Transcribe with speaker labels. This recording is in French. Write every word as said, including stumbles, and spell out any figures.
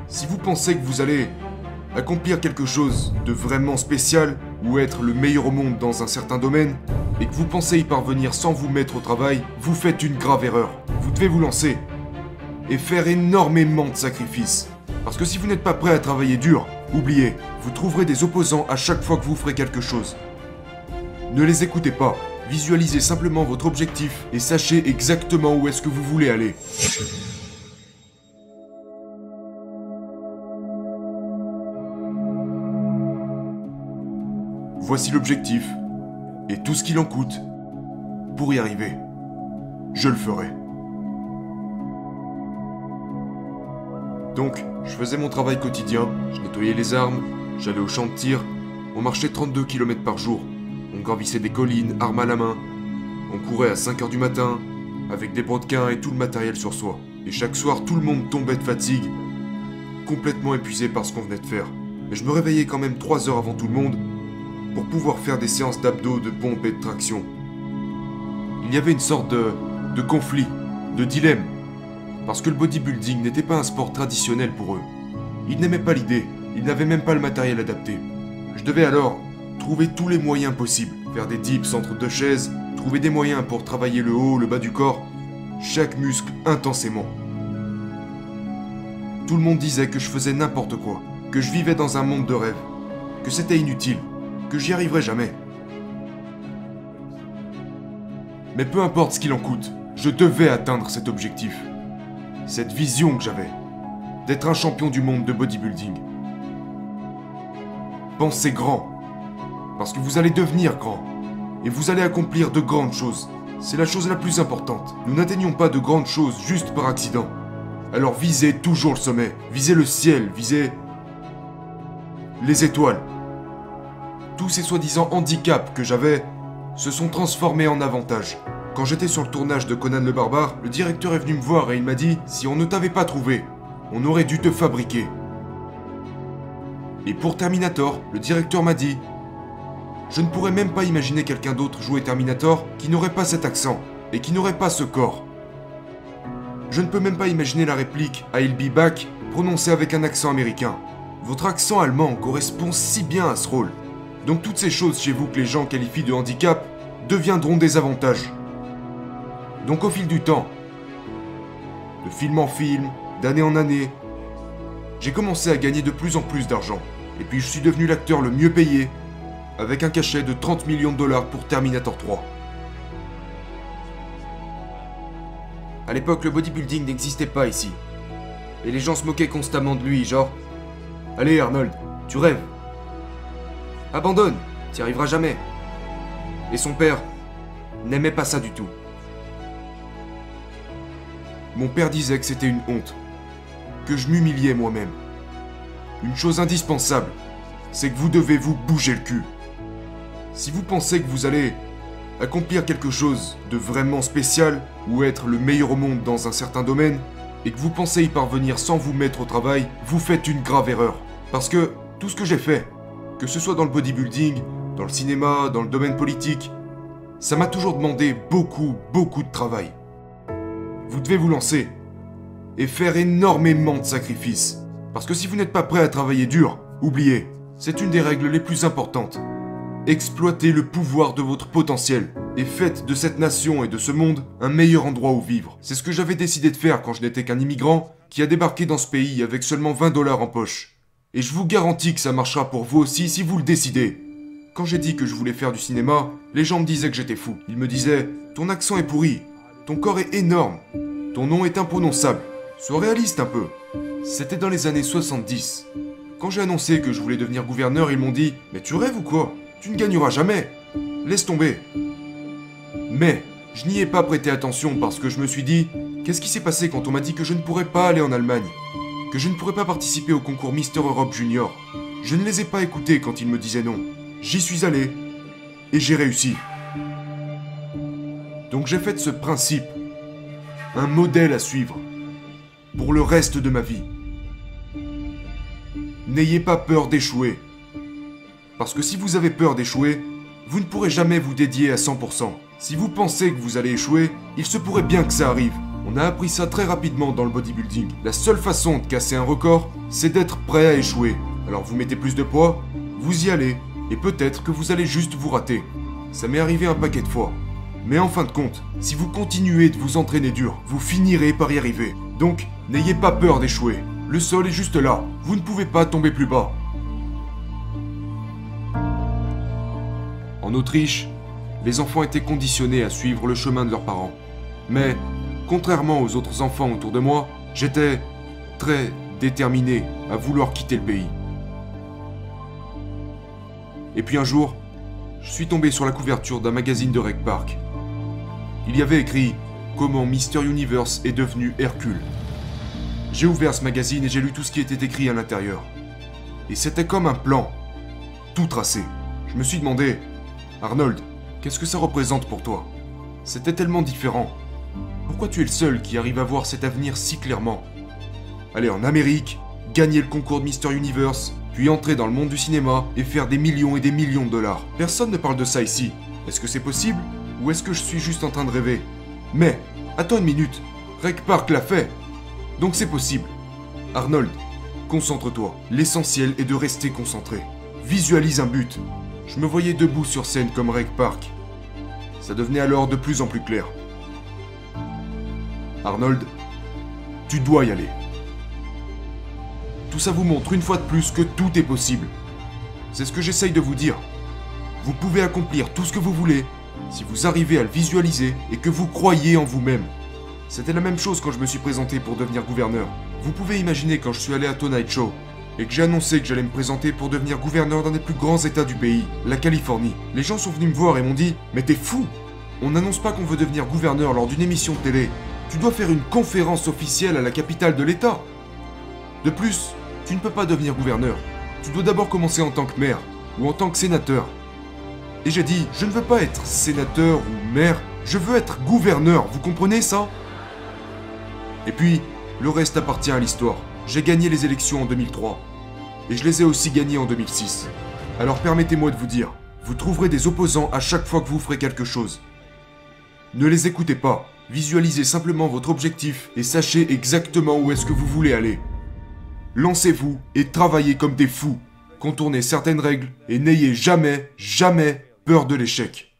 Speaker 1: Si vous pensez que vous allez accomplir quelque chose de vraiment spécial ou être le meilleur au monde dans un certain domaine, et que vous pensez y parvenir sans vous mettre au travail, vous faites une grave erreur. Vous devez vous lancer et faire énormément de sacrifices. Parce que si vous n'êtes pas prêt à travailler dur, oubliez, vous trouverez des opposants à chaque fois que vous ferez quelque chose. Ne les écoutez pas, visualisez simplement votre objectif et sachez exactement où est-ce que vous voulez aller. Voici l'objectif, et tout ce qu'il en coûte, pour y arriver, je le ferai. Donc, je faisais mon travail quotidien, je nettoyais les armes, j'allais au champ de tir, on marchait trente-deux kilomètres par jour, on gravissait des collines, armes à la main, on courait à cinq heures du matin, avec des brodequins et tout le matériel sur soi. Et chaque soir, tout le monde tombait de fatigue, complètement épuisé par ce qu'on venait de faire. Mais je me réveillais quand même trois heures avant tout le monde, pour pouvoir faire des séances d'abdos, de pompes et de traction. Il y avait une sorte de, de conflit, de dilemme, parce que le bodybuilding n'était pas un sport traditionnel pour eux. Ils n'aimaient pas l'idée, ils n'avaient même pas le matériel adapté. Je devais alors trouver tous les moyens possibles, faire des dips entre deux chaises, trouver des moyens pour travailler le haut, le bas du corps, chaque muscle intensément. Tout le monde disait que je faisais n'importe quoi, que je vivais dans un monde de rêve, que c'était inutile, que j'y arriverais jamais. Mais peu importe ce qu'il en coûte, je devais atteindre cet objectif. Cette vision que j'avais, d'être un champion du monde de bodybuilding. Pensez grand, parce que vous allez devenir grand, et vous allez accomplir de grandes choses. C'est la chose la plus importante. Nous n'atteignons pas de grandes choses juste par accident. Alors visez toujours le sommet, visez le ciel, visez les étoiles. Tous ces soi-disant handicaps que j'avais se sont transformés en avantages. Quand j'étais sur le tournage de Conan le Barbare, le directeur est venu me voir et il m'a dit « Si on ne t'avait pas trouvé, on aurait dû te fabriquer. » Et pour Terminator, le directeur m'a dit « Je ne pourrais même pas imaginer quelqu'un d'autre jouer Terminator qui n'aurait pas cet accent et qui n'aurait pas ce corps. Je ne peux même pas imaginer la réplique « I'll be back » prononcée avec un accent américain. Votre accent allemand correspond si bien à ce rôle. Donc toutes ces choses chez vous que les gens qualifient de handicap deviendront des avantages. Donc au fil du temps, de film en film, d'année en année, j'ai commencé à gagner de plus en plus d'argent. Et puis je suis devenu l'acteur le mieux payé, avec un cachet de trente millions de dollars pour Terminator trois. À l'époque, le bodybuilding n'existait pas ici. Et les gens se moquaient constamment de lui, genre « Allez Arnold, tu rêves. Abandonne, t'y arriveras jamais. » Et son père n'aimait pas ça du tout. Mon père disait que c'était une honte, que je m'humiliais moi-même. Une chose indispensable, c'est que vous devez vous bouger le cul. Si vous pensez que vous allez accomplir quelque chose de vraiment spécial ou être le meilleur au monde dans un certain domaine, et que vous pensez y parvenir sans vous mettre au travail, vous faites une grave erreur. Parce que tout ce que j'ai fait, que ce soit dans le bodybuilding, dans le cinéma, dans le domaine politique, ça m'a toujours demandé beaucoup, beaucoup de travail. Vous devez vous lancer et faire énormément de sacrifices. Parce que si vous n'êtes pas prêt à travailler dur, oubliez, c'est une des règles les plus importantes. Exploitez le pouvoir de votre potentiel et faites de cette nation et de ce monde un meilleur endroit où vivre. C'est ce que j'avais décidé de faire quand je n'étais qu'un immigrant qui a débarqué dans ce pays avec seulement vingt dollars en poche. Et je vous garantis que ça marchera pour vous aussi si vous le décidez. Quand j'ai dit que je voulais faire du cinéma, les gens me disaient que j'étais fou. Ils me disaient « Ton accent est pourri, ton corps est énorme, ton nom est imprononçable, sois réaliste un peu. » C'était dans les années soixante-dix. Quand j'ai annoncé que je voulais devenir gouverneur, ils m'ont dit « Mais tu rêves ou quoi? Tu ne gagneras jamais. Laisse tomber. » Mais je n'y ai pas prêté attention parce que je me suis dit « Qu'est-ce qui s'est passé quand on m'a dit que je ne pourrais pas aller en Allemagne? Que je ne pourrais pas participer au concours Mister Europe Junior? Je ne les ai pas écoutés quand ils me disaient non. J'y suis allé. Et j'ai réussi. Donc j'ai fait de ce principe un modèle à suivre pour le reste de ma vie. N'ayez pas peur d'échouer. Parce que si vous avez peur d'échouer, vous ne pourrez jamais vous dédier à cent pour cent. Si vous pensez que vous allez échouer, il se pourrait bien que ça arrive. On a appris ça très rapidement dans le bodybuilding. La seule façon de casser un record, c'est d'être prêt à échouer. Alors vous mettez plus de poids, vous y allez, et peut-être que vous allez juste vous rater. Ça m'est arrivé un paquet de fois. Mais en fin de compte, si vous continuez de vous entraîner dur, vous finirez par y arriver. Donc, n'ayez pas peur d'échouer. Le sol est juste là, vous ne pouvez pas tomber plus bas. En Autriche, les enfants étaient conditionnés à suivre le chemin de leurs parents. Mais, contrairement aux autres enfants autour de moi, j'étais très déterminé à vouloir quitter le pays. Et puis un jour, je suis tombé sur la couverture d'un magazine de Rec Park. Il y avait écrit « Comment Mister Universe est devenu Hercule ». J'ai ouvert ce magazine et j'ai lu tout ce qui était écrit à l'intérieur. Et c'était comme un plan, tout tracé. Je me suis demandé « Arnold, qu'est-ce que ça représente pour toi ?» C'était tellement différent. Pourquoi tu es le seul qui arrive à voir cet avenir si clairement? Aller en Amérique, gagner le concours de Mister Universe, puis entrer dans le monde du cinéma et faire des millions et des millions de dollars. Personne ne parle de ça ici. Est-ce que c'est possible? Ou est-ce que je suis juste en train de rêver? Mais, attends une minute, Rec Park l'a fait. Donc c'est possible. Arnold, concentre-toi. L'essentiel est de rester concentré. Visualise un but. Je me voyais debout sur scène comme Rec Park. Ça devenait alors de plus en plus clair. Arnold, tu dois y aller. Tout ça vous montre une fois de plus que tout est possible. C'est ce que j'essaye de vous dire. Vous pouvez accomplir tout ce que vous voulez si vous arrivez à le visualiser et que vous croyez en vous-même. C'était la même chose quand je me suis présenté pour devenir gouverneur. Vous pouvez imaginer quand je suis allé à Tonight Show et que j'ai annoncé que j'allais me présenter pour devenir gouverneur d'un des plus grands états du pays, la Californie. Les gens sont venus me voir et m'ont dit « Mais t'es fou! On n'annonce pas qu'on veut devenir gouverneur lors d'une émission de télé. Tu dois faire une conférence officielle à la capitale de l'état. De plus, tu ne peux pas devenir gouverneur. Tu dois d'abord commencer en tant que maire ou en tant que sénateur. » Et j'ai dit, je ne veux pas être sénateur ou maire, je veux être gouverneur, vous comprenez ça? Et puis, le reste appartient à l'histoire. J'ai gagné les élections en deux mille trois. Et je les ai aussi gagnées en deux mille six. Alors permettez-moi de vous dire, vous trouverez des opposants à chaque fois que vous ferez quelque chose. Ne les écoutez pas, visualisez simplement votre objectif et sachez exactement où est-ce que vous voulez aller. Lancez-vous et travaillez comme des fous. Contournez certaines règles et n'ayez jamais, jamais peur de l'échec.